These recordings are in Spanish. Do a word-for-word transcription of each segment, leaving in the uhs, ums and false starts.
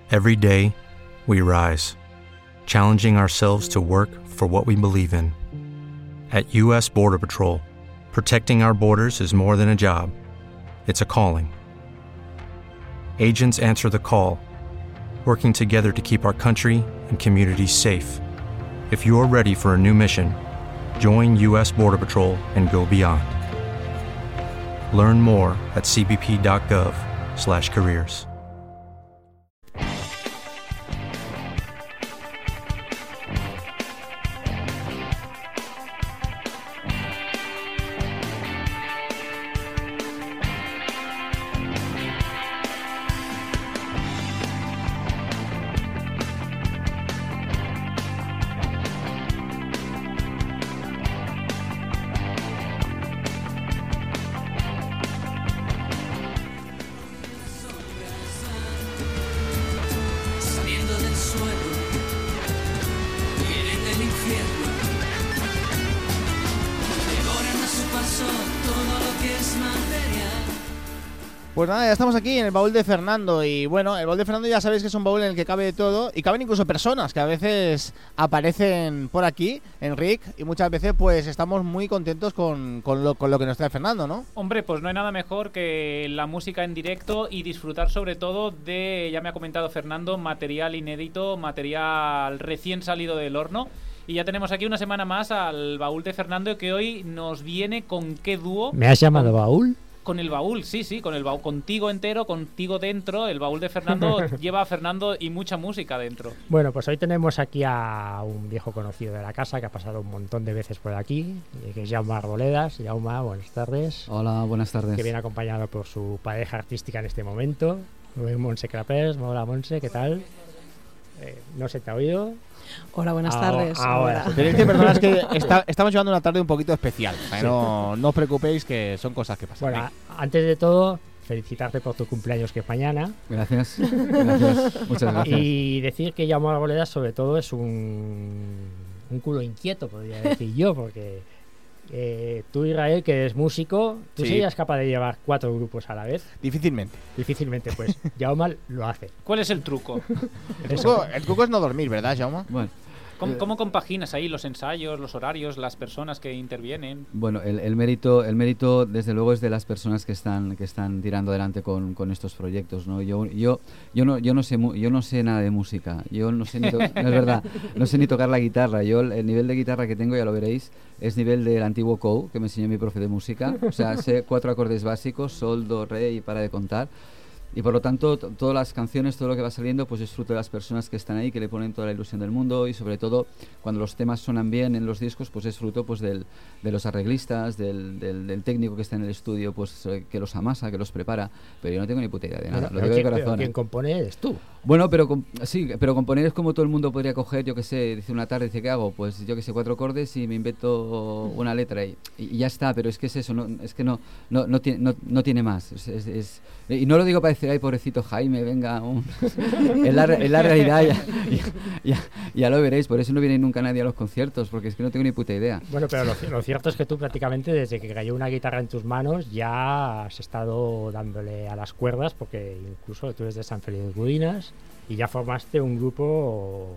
Every day, we rise, challenging ourselves to work for what we believe in. At U S Border Patrol, protecting our borders is more than a job. It's a calling. Agents answer the call, working together to keep our country and communities safe. If you're ready for a new mission, join U S Border Patrol and go beyond. Learn more at c b p dot gov slash careers. Pues nada, ya estamos aquí en el baúl de Fernando. Y bueno, el baúl de Fernando ya sabéis que es un baúl en el que cabe de todo. Y caben incluso personas que a veces aparecen por aquí, en Rick. Y muchas veces pues estamos muy contentos con, con, lo, con lo que nos trae Fernando, ¿no? Hombre, pues no hay nada mejor que la música en directo y disfrutar sobre todo de, ya me ha comentado Fernando, material inédito, material recién salido del horno. Y ya tenemos aquí una semana más al baúl de Fernando, que hoy nos viene con qué dúo. ¿Me has llamado baúl? Con el baúl, sí, sí, con el baúl, contigo entero, contigo dentro. El baúl de Fernando lleva a Fernando y mucha música dentro. Bueno, pues hoy tenemos aquí a un viejo conocido de la casa que ha pasado un montón de veces por aquí, que es Jaume Arboledas. Jaume, buenas tardes. Hola, buenas tardes. Que viene acompañado por su pareja artística en este momento, Montse Crapers. Hola, Montse, ¿qué tal? Eh, ¿No se te ha oído? Hola, buenas Ah, tardes. ahora. Hola. Tenéis que perdonar, es que está, estamos llevando una tarde un poquito especial. Sí. No, no os preocupéis, que son cosas que pasan. Bueno, a- antes de todo, felicitarte por tu cumpleaños, que es mañana. Gracias. Gracias. Muchas gracias. Y decir que Jaume Arboledas sobre todo es un, un culo inquieto, podría decir yo, porque eh, tú, Israel, que eres músico, ¿tú Sí. serías capaz de llevar cuatro grupos a la vez? Difícilmente. Difícilmente, pues Jaume lo hace. ¿Cuál es el truco? El truco, el truco es no dormir, ¿verdad, Jaume? Bueno, ¿Cómo, cómo compaginas ahí los ensayos, los horarios, las personas que intervienen? bueno el, el mérito, el mérito desde luego es de las personas que están, que están tirando adelante con, con estos proyectos, ¿no? Yo, yo, yo no, yo no sé, mu- yo no sé nada de música. Yo no sé ni to- no es verdad, no sé ni tocar la guitarra. Yo el, el nivel de guitarra que tengo, ya lo veréis, es nivel del antiguo Kou, que me enseñó mi profe de música. O sea, sé cuatro acordes básicos: sol, do, re y para de contar. Y por lo tanto, t- todas las canciones, todo lo que va saliendo, pues es fruto de las personas que están ahí, que le ponen toda la ilusión del mundo. Y sobre todo, cuando los temas suenan bien en los discos, pues es fruto pues del, de los arreglistas, del, del, del técnico que está en el estudio, pues eh, que los amasa, que los prepara. Pero yo no tengo ni puta idea de nada, Pero- lo pero digo de quien- pero corazón. quien ¿eh? compone eres tú. Bueno, pero com- sí, pero componer es como todo el mundo podría coger, yo que sé, dice una tarde, dice, ¿qué hago? Pues yo que sé, cuatro acordes y me invento una letra y, y ya está, pero es que es eso, no, es que no, no, no, tiene, no, no tiene más. Es, es- es- y no lo digo para decir, ay, pobrecito Jaime, venga, un... es, la, re- es la realidad, ya, ya, ya, ya lo veréis, por eso no viene nunca nadie a los conciertos, porque es que no tengo ni puta idea. Bueno, pero lo, ci- lo cierto es que tú prácticamente desde que cayó una guitarra en tus manos ya has estado dándole a las cuerdas, porque incluso tú eres de San Felipe de Gudinas y ya formaste un grupo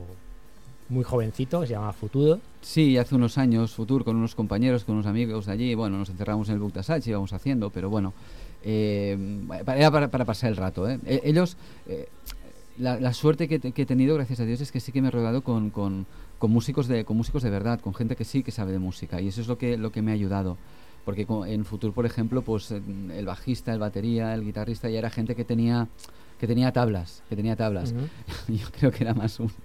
muy jovencito que se llama Futuro. Sí, hace unos años, Futur, con unos compañeros, con unos amigos de allí, bueno, nos encerramos en el Buktasach y íbamos haciendo, pero bueno, eh, era para, para pasar el rato, ¿eh? E- Ellos, eh, la, la suerte que, te- que he tenido, gracias a Dios, es que sí que me he rodeado con, con, con músicos de, con músicos de verdad, con gente que sí que sabe de música, y eso es lo que, lo que me ha ayudado. Porque co- en Futur, por ejemplo, pues eh, el bajista, el batería, el guitarrista, ya era gente que tenía que tenía tablas, que tenía tablas. Ujú. Yo creo que era más un,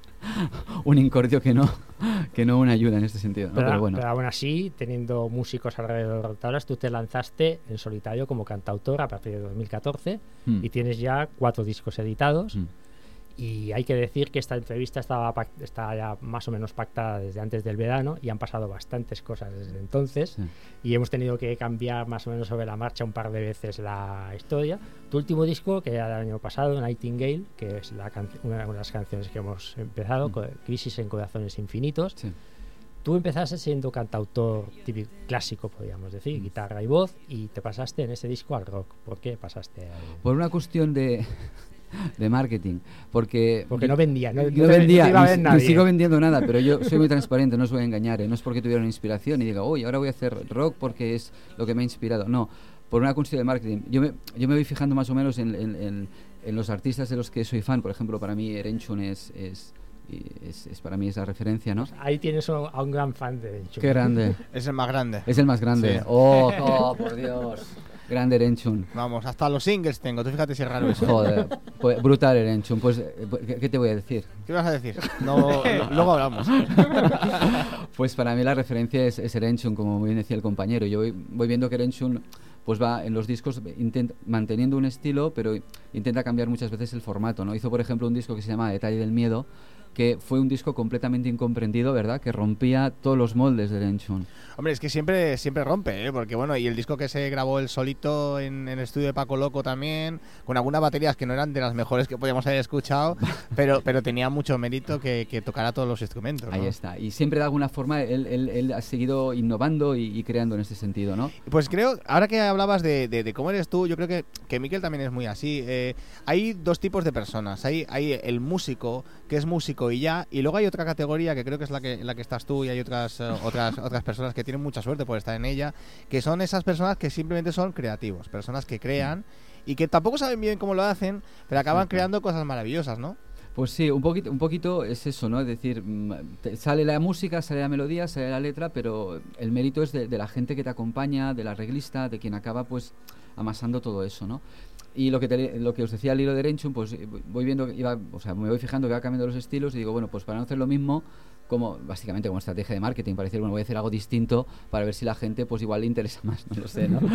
un incordio que no, que no una ayuda en este sentido, ¿no? Pero, Pero bueno. pero aún así, teniendo músicos alrededor de tablas, tú te lanzaste en solitario como cantautor a partir de dos mil catorce Mm. y tienes ya cuatro discos editados. Mm. Y hay que decir que esta entrevista estaba pac- está ya más o menos pactada desde antes del verano y han pasado bastantes cosas desde entonces. Sí. Y hemos tenido que cambiar más o menos sobre la marcha un par de veces la historia. Tu último disco, que era del año pasado, Nightingale, que es la can- una de las canciones que hemos empezado, Mm. co- Crisis en Corazones Infinitos. Sí. Tú empezaste siendo cantautor típico, clásico, podríamos decir, Mm. guitarra y voz, y te pasaste en ese disco al rock. ¿Por qué pasaste al...? Por una cuestión de de marketing. Porque, porque no vendía, no, no, no vendía, no ni, ni sigo vendiendo nada, pero yo soy muy transparente, no os voy a engañar, ¿eh? No es porque tuviera una inspiración y diga, oye, ahora voy a hacer rock porque es lo que me ha inspirado. No, por una cuestión de marketing. Yo me, yo me voy fijando más o menos en, en, en, en los artistas de los que soy fan. Por ejemplo, para mí Erenchun es... es Es, es para mí esa referencia, ¿no? Ahí tienes a un gran fan de Erenchun. Qué grande. Es el más grande. Es el más grande. Sí. Oh, oh, por Dios. Grande Erenchun. Vamos, hasta los singles tengo. Tú fíjate si es raro eso. Joder, pues, brutal Erenchun. Pues, ¿qué te voy a decir? ¿Qué vas a decir? No, no, luego hablamos. Pues para mí la referencia es, es Erenchun, como bien decía el compañero. Yo voy, voy viendo que Erenchun pues va en los discos intenta, manteniendo un estilo, pero intenta cambiar muchas veces el formato, ¿no? Hizo, por ejemplo, un disco que se llama Detalle del Miedo, que fue un disco completamente incomprendido, ¿verdad? Que rompía todos los moldes de Erenchun. Hombre, es que siempre siempre rompe, ¿eh? Porque bueno, y el disco que se grabó él solito en, en el estudio de Paco Loco también, con algunas baterías que no eran de las mejores que podíamos haber escuchado, pero pero tenía mucho mérito que, que tocara todos los instrumentos, ¿no? Ahí está. Y siempre de alguna forma él, él, él ha seguido innovando y, y creando en ese sentido, ¿no? Pues creo, ahora que hablabas de, de, de cómo eres tú, yo creo que, que Miquel también es muy así. Eh, hay dos tipos de personas. Hay, hay el músico, que es músico y ya, y luego hay otra categoría que creo que es la que, en la que estás tú, y hay otras, uh, otras, otras personas que tienen mucha suerte por estar en ella, que son esas personas que simplemente son creativos, personas que crean y que tampoco saben bien cómo lo hacen, pero acaban creando cosas maravillosas, ¿no? Pues sí, un poquito, un poquito es eso, ¿no? Es decir, te sale la música, sale la melodía, sale la letra, pero el mérito es de, de la gente que te acompaña, del arreglista, de quien acaba pues amasando todo eso, ¿no? Y lo que te, lo que os decía al hilo de Erenchun, pues voy viendo, iba, o sea, me voy fijando que va cambiando los estilos y digo, bueno, pues para no hacer lo mismo, como básicamente como estrategia de marketing, para decir, bueno, voy a hacer algo distinto para ver si la gente pues igual le interesa más, no lo sé, ¿no?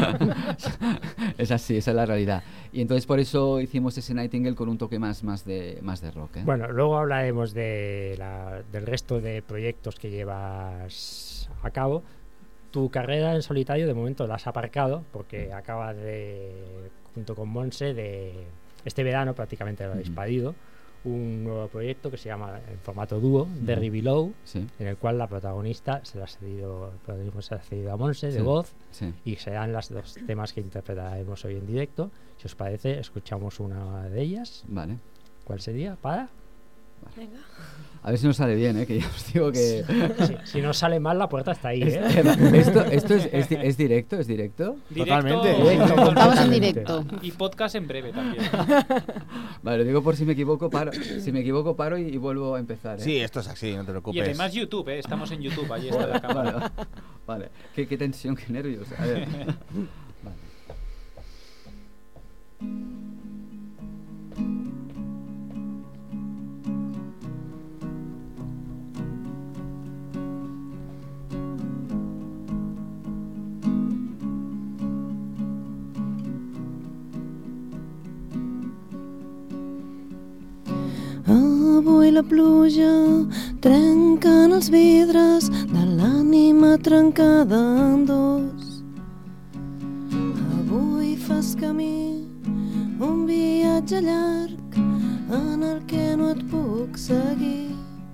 Es así, esa es la realidad. Y entonces por eso hicimos ese Nightingale con un toque más, más, de, más de rock, ¿eh? Bueno, luego hablaremos de la, del resto de proyectos que llevas a cabo. Tu carrera en solitario de momento la has aparcado porque acabas de, junto con Monse, de este verano prácticamente lo habéis parido, un nuevo proyecto que se llama en formato dúo, uh-huh. Derry Below, sí. En el cual la protagonista se la ha cedido, el protagonismo se la ha cedido a Monse, sí. De voz, sí. Y serán los dos temas que interpretaremos hoy en directo. Si os parece, escuchamos una de ellas. Vale. ¿Cuál sería? ¿Para? Vale. Venga. A ver si nos sale bien, ¿eh? Que ya os digo que... Sí, si no sale mal, la puerta está ahí, ¿eh? ¿Esto, esto es, es, es directo? ¿Es directo? Totalmente. Directo. Estamos en directo. Y podcast en breve también. Vale, lo digo por si me equivoco, paro, si me equivoco, paro y, y vuelvo a empezar, ¿eh? Sí, esto es así, no te preocupes. Y además YouTube, ¿eh? Estamos en YouTube, ahí está la cámara. Vale, vale. Qué, qué tensión, qué nervios. A ver. Vale. Avui la pluja trenquen els vidres de l'ànima trencada en dos. Avui fas camí, un viatge llarg en el que no et puc seguir.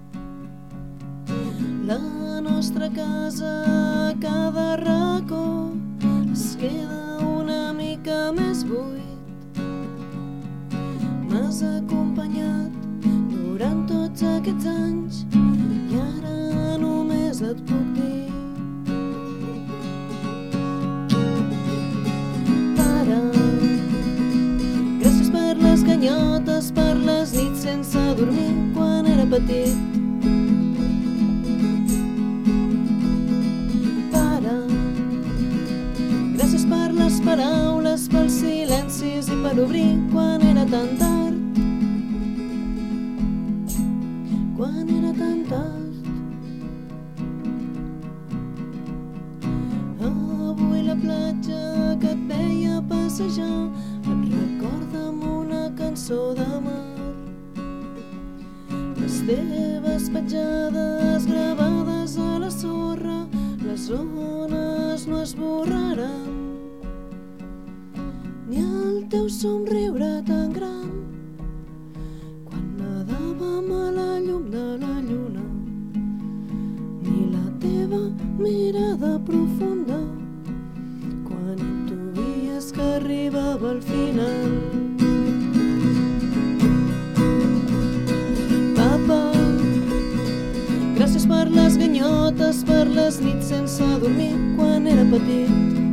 La nostra casa, cada racó, es queda una mica més buit. M'has acompanyat durant tots aquests anys i ara només et puc dir: pare, gràcies per les ganyotes, per les nits sense dormir quan era petit. Pare, gràcies per les paraules, pels silencis i per obrir quan era tan tard. Quan era tan tard. Avui la platja que et veia passejar et recorda amb una cançó de mar. Les teves petjades gravades a la sorra, les ones no esborraran, ni el teu somriure tan gran quan nadàvem a la llum de la lluna, ni la teva mirada profunda quan intuïes que arribava al final. ganyotes per les nits sense dormir quan era petit.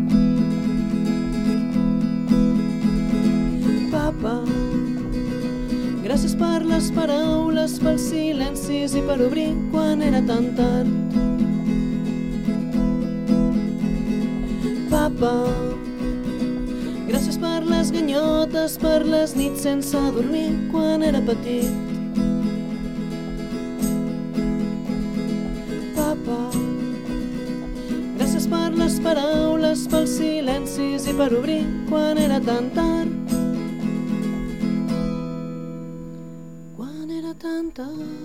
Papa, gràcies per les paraules, pels silencis i per obrir quan era tan tard. Papa, gràcies per les ganyotes, per les nits sense dormir quan era petit. Papa, gràcies per les paraules, pels silencis i per obrir quan era tan tard. Quan era tan tard.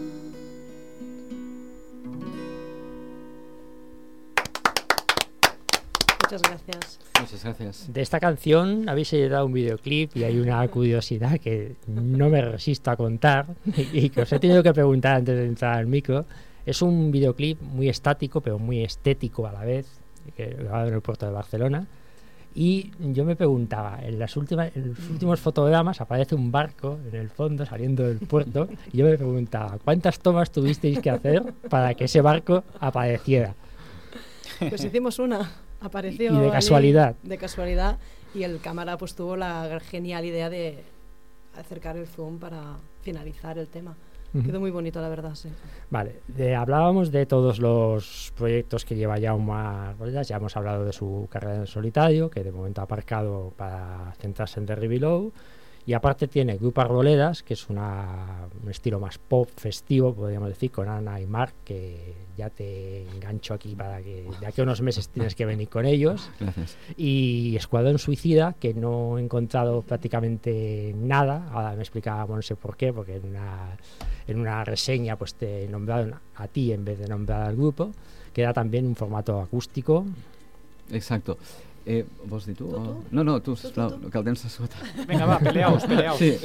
Muchas gracias. Muchas gracias. De esta canción habéis editado un videoclip y hay una curiosidad que no me resisto a contar y que os he tenido que preguntar antes de entrar al micro. Es un videoclip muy estático pero muy estético a la vez, que grabado en el puerto de Barcelona. Y yo me preguntaba, en, las últimas, en los últimos fotogramas aparece un barco en el fondo saliendo del puerto y yo me preguntaba, ¿cuántas tomas tuvisteis que hacer para que ese barco apareciera? Pues hicimos una. Apareció y de allí, casualidad. de casualidad, y el cámara pues tuvo la genial idea de acercar el zoom para finalizar el tema. Uh-huh. Quedó muy bonito, la verdad, sí. Vale, de, hablábamos de todos los proyectos que lleva Jaume Arboledas. Ya hemos hablado de su carrera en solitario, que de momento ha aparcado para centrarse en Derry Below. Y aparte tiene Grupo Arboledas, que es una, un estilo más pop festivo, podríamos decir, con Ana y Marc, que ya te engancho aquí para que de aquí a unos meses tienes que venir con ellos. Gracias. Y Escuadrón Suicida, que no he encontrado prácticamente nada. Ahora me explicaba, no sé por qué, porque en una, en una reseña pues te nombraron a ti en vez de nombrar al grupo, que era también un formato acústico. Exacto. Eh, ¿Vos di tú? O... No, no, tú, sisplau, que el temps s'esgota. Venga, va, peleaos, peleaos. Sí.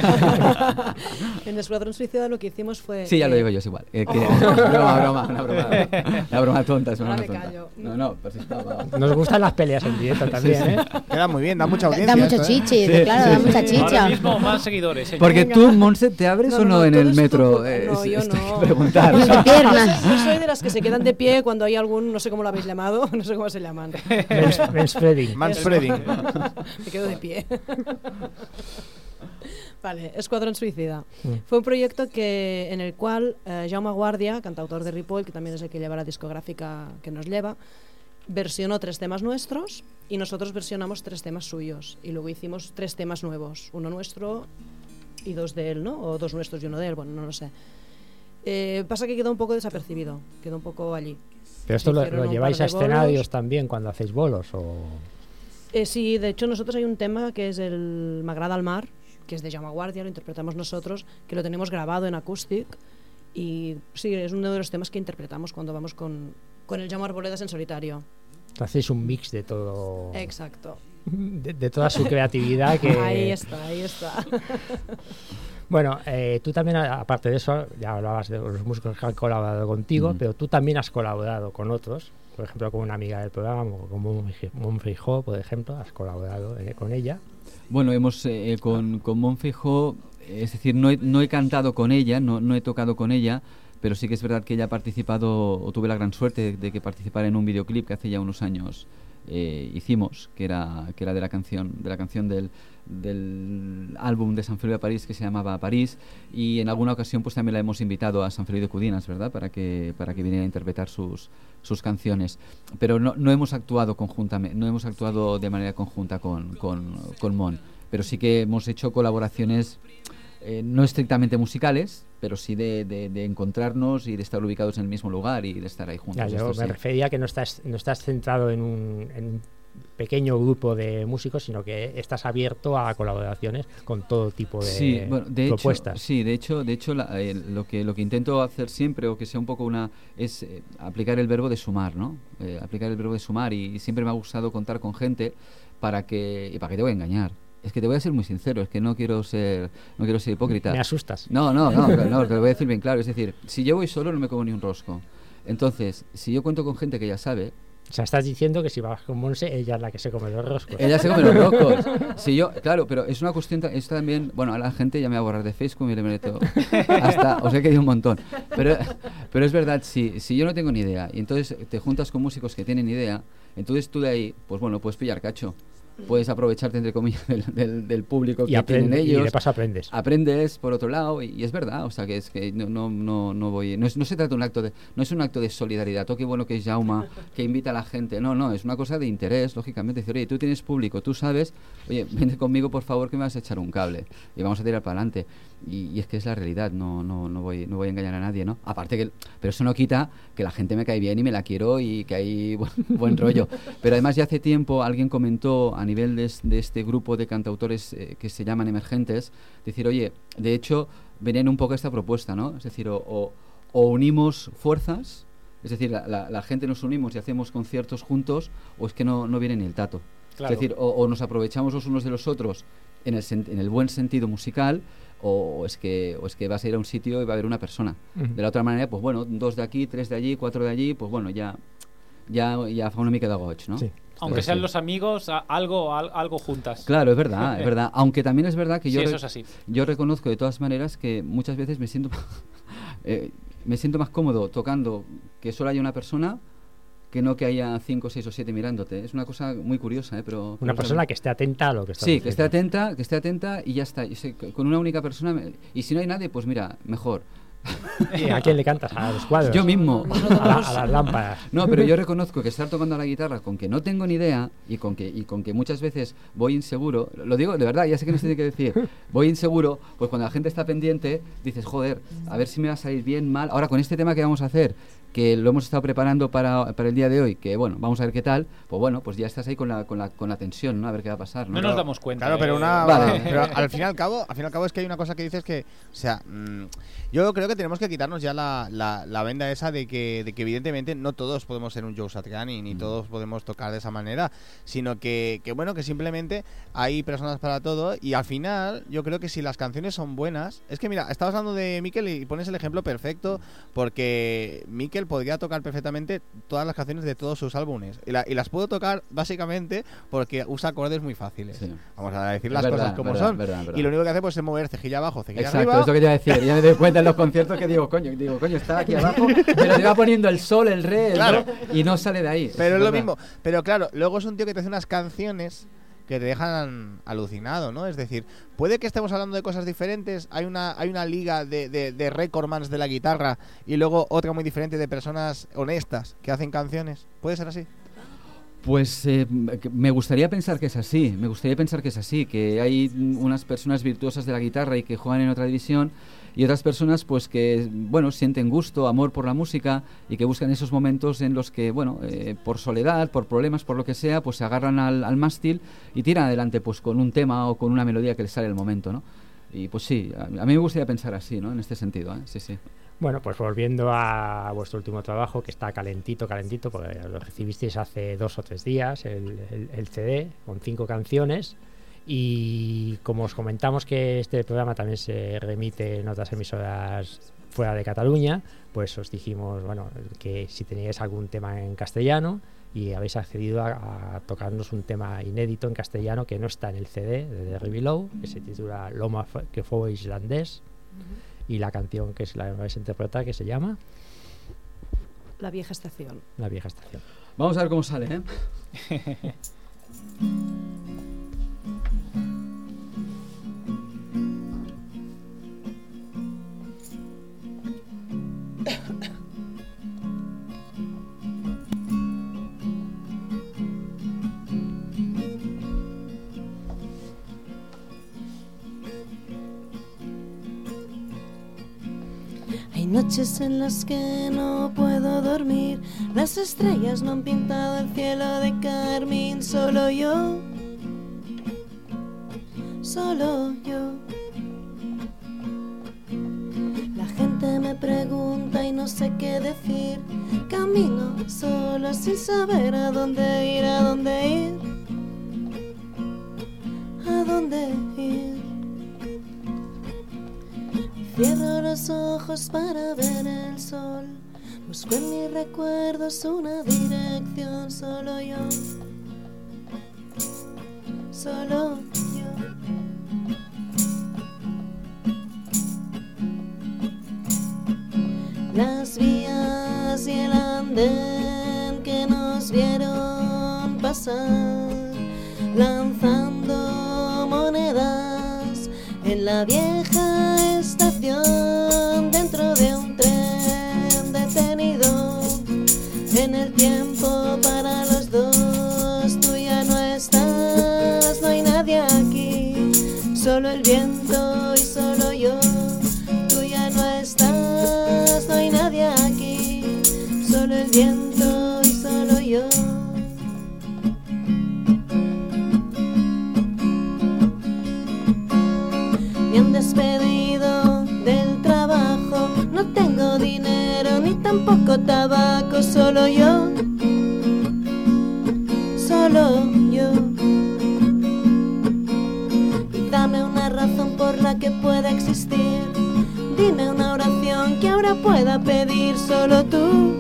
En Escuadrón Suicida lo que hicimos fue... Sí, ya que... lo digo yo, es igual. Eh, que... Oh. broma, broma, una broma. Una broma tonta, es una Ahora broma me tonta. callo. No, no, pero sisplau, va. Nos gustan las peleas en directo también, Sí, sí. ¿eh? Queda muy bien, da mucha audiencia. Da mucho esto, ¿eh? chichi, Sí, claro, sí, da sí. mucha Ahora chicha. mismo más seguidores. ¿eh? Porque Venga. tú, Montse, ¿te abres No, o no, no, no, en todo el esto metro? por- Eh, no, es- yo esto hay no. que preguntar. No sé piernas. Yo soy de las que se quedan de pie cuando hay algún, no sé cómo lo habéis llamado, no sé cómo se llaman. Mans- Manspreading. Manspreading. Me quedo de pie. Vale, Escuadrón Suicida. Mm. Fue un proyecto que, en el cual eh, Jaume Guardia, cantautor de Ripoll, que también es el que lleva la discográfica que nos lleva, versionó tres temas nuestros y nosotros versionamos tres temas suyos. Y luego hicimos tres temas nuevos, uno nuestro y dos de él, ¿no? O dos nuestros y uno de él, bueno, no lo sé. Eh, pasa que quedó un poco desapercibido, quedó un poco allí. Pero esto lo, Hicieron lo un lleváis par a de bolos. escenarios también cuando hacéis bolos o... Eh, sí, de hecho nosotros hay un tema que es el M'agrada al mar, que es de Jaume Guardia, lo interpretamos nosotros, que lo tenemos grabado en acústic y sí, es uno de los temas que interpretamos cuando vamos con, con el Jaume Arboledas en solitario. Hacéis un mix de todo... Exacto. De, de toda su creatividad que... Ahí está, ahí está. Bueno, eh, tú también, a- aparte de eso, ya hablabas de los músicos que han colaborado contigo, Mm. pero tú también has colaborado con otros, por ejemplo, con una amiga del programa, como Mon Frijó, por ejemplo, has colaborado eh, con ella. Bueno, hemos eh, con, con Mon Fijó, es decir, no he, no he cantado con ella, no, no he tocado con ella, pero sí que es verdad que ella ha participado, o tuve la gran suerte de, de que participara en un videoclip que hace ya unos años eh, hicimos, que era que era de la canción de la canción del, del álbum de San Feliu de París, que se llamaba París, y en alguna ocasión pues también la hemos invitado a San Feliu de Cudinas, ¿verdad? Para que para que viniera a interpretar sus sus canciones, pero no, no hemos actuado conjuntamente, no hemos actuado de manera conjunta con, con, con Mon, pero sí que hemos hecho colaboraciones eh, no estrictamente musicales, pero sí de, de, de encontrarnos y de estar ubicados en el mismo lugar y de estar ahí juntos. Ya, yo Esto me sí. refería a que no estás, no estás centrado en un, en un pequeño grupo de músicos, sino que estás abierto a colaboraciones con todo tipo de Sí, bueno, de propuestas. Hecho, sí, de hecho, de hecho la- eh, lo que lo que intento hacer siempre, o que sea un poco una, es eh, aplicar el verbo de sumar, ¿no? Eh, aplicar el verbo de sumar, y, y siempre me ha gustado contar con gente para que y para que te voy a engañar. Es que te voy a ser muy sincero, es que no quiero ser no quiero ser hipócrita. Me asustas. No, no, no, no, te lo voy a decir bien claro. Es decir, si yo voy solo no me como ni un rosco. Entonces, si yo cuento con gente que ya sabe, O sea, estás diciendo que si vas con Monse, ella es la que se come los roscos. Ella se come los roscos. Sí, yo, claro, pero es una cuestión, es también, bueno, a la gente ya me va a borrar de Facebook y le meto hasta, os he querido un montón. Pero, pero es verdad, si, si yo no tengo ni idea y entonces te juntas con músicos que tienen idea, entonces tú de ahí, pues bueno, puedes pillar cacho. Puedes aprovecharte, entre comillas, del, del, del público y que aprende, tienen ellos. Y de paso aprendes. Aprendes, por otro lado, y, y es verdad, o sea, que es que no, no, no, no voy... No, es, no se trata de un acto de... No es un acto de solidaridad, oh, qué bueno que es Jaume, que invita a la gente. No, no, es una cosa de interés, lógicamente. Decir, oye, tú tienes público, tú sabes, oye, vente conmigo, por favor, que me vas a echar un cable. Y vamos a tirar para adelante. Y, y es que es la realidad, no, no, no, voy, no voy a engañar a nadie, ¿no? Aparte que... Pero eso no quita que la gente me cae bien y me la quiero y que hay buen, buen rollo. Pero además ya hace tiempo alguien comentó a nivel de, de este grupo de cantautores eh, que se llaman emergentes, decir, oye, de hecho, venían un poco esta propuesta, ¿no? Es decir, o, o, o unimos fuerzas, es decir, la, la, la gente nos unimos y hacemos conciertos juntos, o es que no, no viene ni el tato. Claro. Es decir, o, o nos aprovechamos los unos de los otros en el, en el buen sentido musical, o es que o es que vas a ir a un sitio y va a haber una persona. Uh-huh. De la otra manera, pues bueno, dos de aquí, tres de allí, cuatro de allí, pues bueno, ya ya ya fa una mica de goig, ¿no? Sí. Aunque sean los amigos, algo algo juntas. Claro, es verdad, es verdad. Aunque también es verdad que yo sí, eso es así. yo reconozco de todas maneras que muchas veces me siento eh, me siento más cómodo tocando que solo haya una persona que no que haya cinco, seis o siete mirándote. Es una cosa muy curiosa, ¿eh? Pero, pero una persona también... que esté atenta a lo que está Sí, haciendo. que esté atenta, que esté atenta y ya está. Y se, con una única persona me... y si no hay nadie, pues mira, mejor. ¿Y a quién le cantas? ¿A los cuadros? Yo mismo. A, la, a las lámparas. No, pero yo reconozco que estar tocando la guitarra con que no tengo ni idea y con que y con que muchas veces voy inseguro, lo digo de verdad, ya sé que no se tiene que decir, voy inseguro, pues cuando la gente está pendiente, dices, joder, a ver si me va a salir bien, mal. Ahora con este tema que vamos a hacer, que lo hemos estado preparando para, para el día de hoy, que bueno, vamos a ver qué tal, pues bueno, pues ya estás ahí con la, con la, con la tensión, ¿no? A ver qué va a pasar, ¿no? No nos damos cuenta. Claro, eh. pero una vale. pero al fin y al cabo, al fin y al cabo es que hay una cosa que dices que, o sea, mmm, yo creo que tenemos que quitarnos ya la, la, la venda esa de que, de que evidentemente no todos podemos ser un Joe Satriani, ni mm. todos podemos tocar de esa manera, sino que, que bueno, que simplemente hay personas para todo y al final yo creo que si las canciones son buenas, es que mira, estabas hablando de Mikel y pones el ejemplo perfecto porque Mikel podría tocar perfectamente todas las canciones de todos sus álbumes y, la, y las puedo tocar básicamente porque usa acordes muy fáciles. Sí. Vamos a decir las verdad, cosas como verdad, son. Verdad, verdad. Y lo único que hace pues es mover cejilla abajo, cejilla Exacto, arriba. Exacto, es lo que te iba a decir. Ya me doy cuenta en los conciertos que digo, coño, digo, coño, está aquí abajo, pero te va poniendo el sol, el re, el claro. do, y no sale de ahí. Pero es, es lo mismo. Pero claro, luego es un tío que te hace unas canciones que te dejan alucinado, ¿no? Es decir, puede que estemos hablando de cosas diferentes, hay una hay una liga de, de, de recordmans de la guitarra y luego otra muy diferente de personas honestas que hacen canciones. ¿Puede ser así? Pues eh, me gustaría pensar que es así, me gustaría pensar que es así, que hay unas personas virtuosas de la guitarra y que juegan en otra división y otras personas pues que, bueno, sienten gusto, amor por la música y que buscan esos momentos en los que, bueno, eh, por soledad, por problemas, por lo que sea, pues se agarran al, al mástil y tiran adelante pues con un tema o con una melodía que les sale el momento, ¿no? Y pues sí, a, a mí me gustaría pensar así, ¿no? En este sentido, ¿eh? Sí, sí. Bueno, pues volviendo a vuestro último trabajo, que está calentito, calentito, porque lo recibisteis hace dos o tres días, el, el, el C D con cinco canciones. Y como os comentamos que este programa también se remite en otras emisoras fuera de Cataluña, pues os dijimos, bueno, que si teníais algún tema en castellano y habéis accedido a, a tocarnos un tema inédito en castellano que no está en el C D de Derry Below, que se titula L'Home que fou islandés. Uh-huh. Y la canción que es la vais a interpretar, que se llama La vieja estación. La vieja estación. Vamos a ver cómo sale, ¿eh? Noches en las que no puedo dormir, las estrellas no han pintado el cielo de carmín, solo yo, solo yo. La gente me pregunta y no sé qué decir, camino solo sin saber a dónde ir, a dónde ir, a dónde ir. Cierro los ojos para ver el sol, Busco en mis recuerdos una dirección, solo yo, solo yo. Las vías y el andén que nos vieron pasar, lanzando monedas en la vieja estación, dentro de un tren detenido en el tiempo para los dos. Tú ya no estás, no hay nadie aquí, solo el viento y solo yo. Tú ya no estás, no hay nadie aquí, solo el viento y solo yo. Me han despedido del trabajo, no tengo dinero ni tampoco tabaco, solo yo, solo yo. Y dame una razón por la que pueda existir, dime una oración que ahora pueda pedir, solo tú,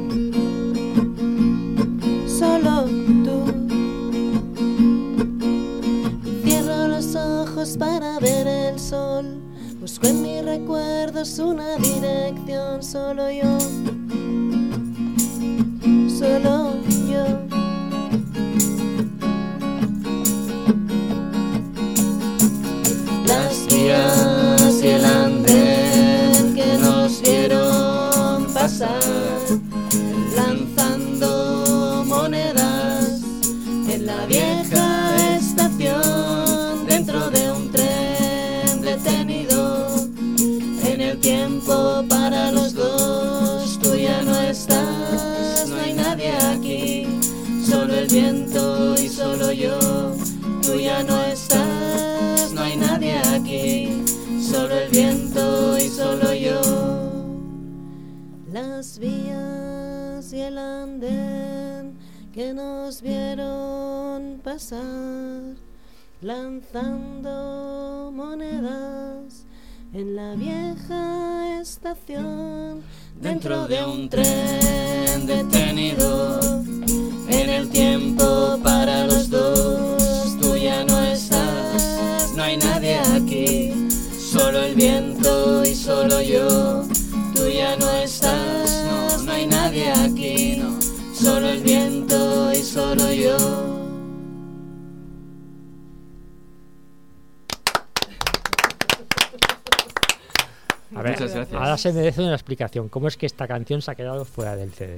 solo tú. Cierro los ojos para ver el sol, busco en mis recuerdos una dirección, solo yo, solo yo. Las vías y el andén que nos vieron pasar, lanzando monedas en la vieja estación, dentro de un tren detenido en el tiempo para los dos. Tú ya no estás, no hay nadie aquí, solo el viento y solo yo. Tú ya no estás, no hay nadie aquí, solo el viento y solo yo. Las vías y el andén que nos vieron pasar, lanzando monedas en la vieja estación, dentro de un tren detenido en el tiempo para los dos. Tú ya no estás, no hay nadie aquí, solo el viento y solo yo. Tú ya no estás, no, no hay nadie aquí, no, solo el viento y solo yo. A ver, Muchas gracias. ahora se merece una explicación. ¿Cómo es que esta canción se ha quedado fuera del C D?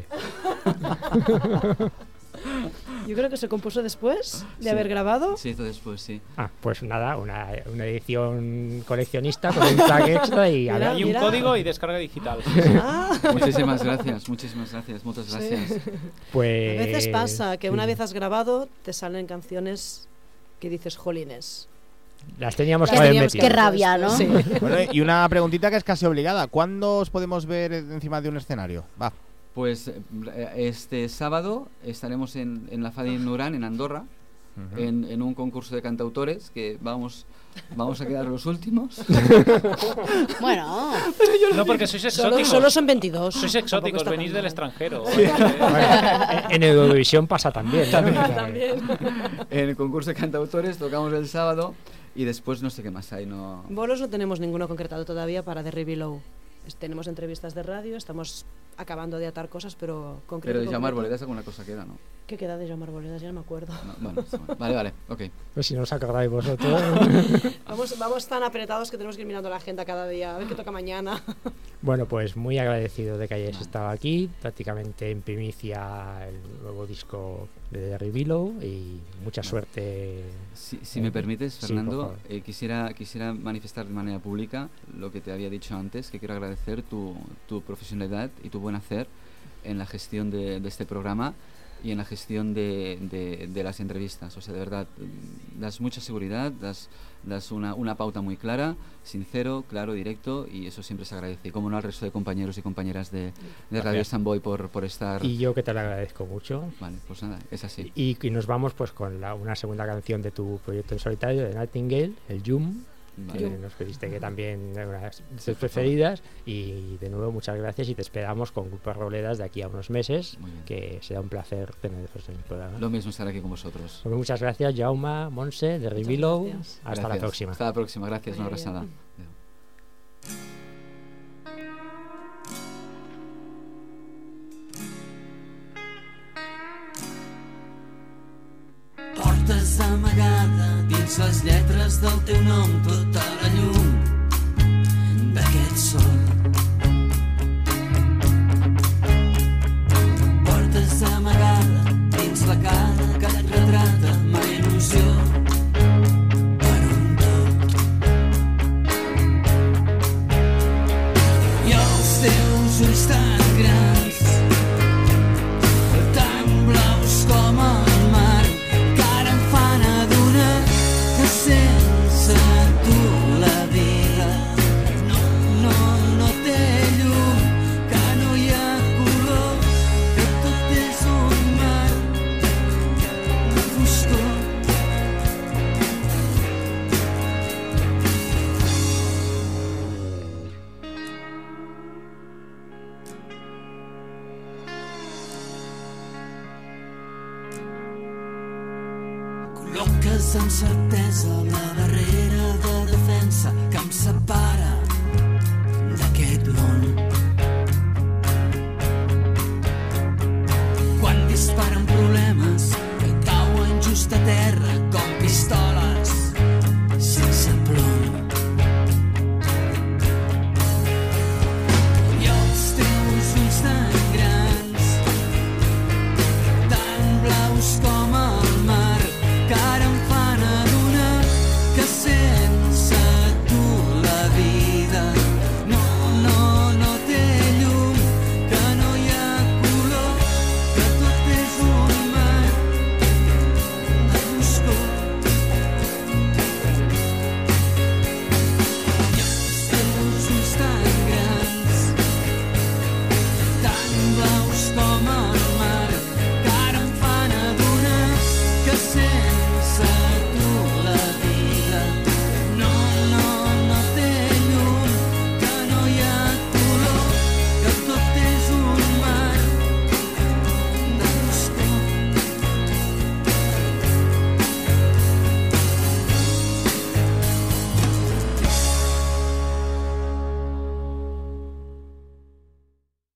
Yo creo que se compuso después de Sí. haber grabado. Sí, entonces pues sí. Ah, pues nada, una, una edición coleccionista con un track extra y a Mira, ver. Y un mira. código y descarga digital. Ah, Muchísimas gracias, muchísimas gracias, muchas Sí. gracias. Pues, a veces pasa que una sí, vez has grabado te salen canciones que dices jolines. las teníamos Las que haber teníamos metido. Qué rabia, ¿no? Sí. Bueno, y una preguntita que es casi obligada. ¿Cuándo os podemos ver encima de un escenario? Va. Pues eh, este sábado estaremos en, en la Fadi Nurán, en Andorra, Ujú. en, en un concurso de cantautores que vamos, vamos a quedar los últimos. Bueno, No, porque sois Solo, exóticos. solo son veintidós. Sois Tampoco exóticos, está venís tan del mal. extranjero. Bueno, en Eurovisión pasa también, ¿no? También. En el concurso de cantautores tocamos el sábado y después no sé qué más hay. No... Bolos no tenemos ninguno concretado todavía para The Below. Tenemos entrevistas de radio, estamos acabando de atar cosas, pero concreto. Pero de llamar concreto- boledas alguna cosa queda, ¿no? ¿Qué queda de llamar boledas? Ya no me acuerdo. No, bueno, sí, bueno. Vale, vale, ok. Pues si no os acordáis vosotros. Vamos, vamos tan apretados que tenemos que ir mirando la agenda cada día, a ver qué toca mañana. Bueno, pues muy agradecido de que hayáis estado aquí, prácticamente en primicia el nuevo disco de Derry Below y mucha suerte. Si, si me permites, Sí, por Fernando, favor. eh, quisiera, quisiera manifestar de manera pública lo que te había dicho antes, que quiero agradecer tu, tu profesionalidad y tu buen hacer en la gestión de, de este programa y en la gestión de, de, de las entrevistas. O sea, de verdad, mm, das mucha seguridad, das, das una, una pauta muy clara, sincero, claro, directo, y eso siempre se agradece. Y como no al resto de compañeros y compañeras de, de Radio Gracias. Samboy por, por estar... Y yo que te lo agradezco mucho. Vale, pues nada, es así. Y, y nos vamos pues con la, una segunda canción de tu proyecto en solitario, de Nightingale, el Yum, Vale. que nos pediste que también era una de tus preferidas, y de nuevo muchas gracias y te esperamos con Grupo Arboledas de aquí a unos meses, Muy bien. que será un placer teneros en el programa. Lo mismo estar aquí con vosotros. Pues muchas gracias, Jaume, Monse, de Revilou. gracias. Hasta la Gracias. próxima. Hasta la próxima, gracias, una Muy bien. abrazada. Portes amagada dins les lletres del teu nom tota la llum d'aquest sol. Portes amagada dins la cara que et retrata ma il·lusió per un tot. I els teus ulls tan grans, tan blaus com el mar, que ara em fan adonar que sense tu la vida no, no, no té llum, que no hi ha color, que tot és un mar de foscor. Col·loques amb certesa la barrera de defensa que em separa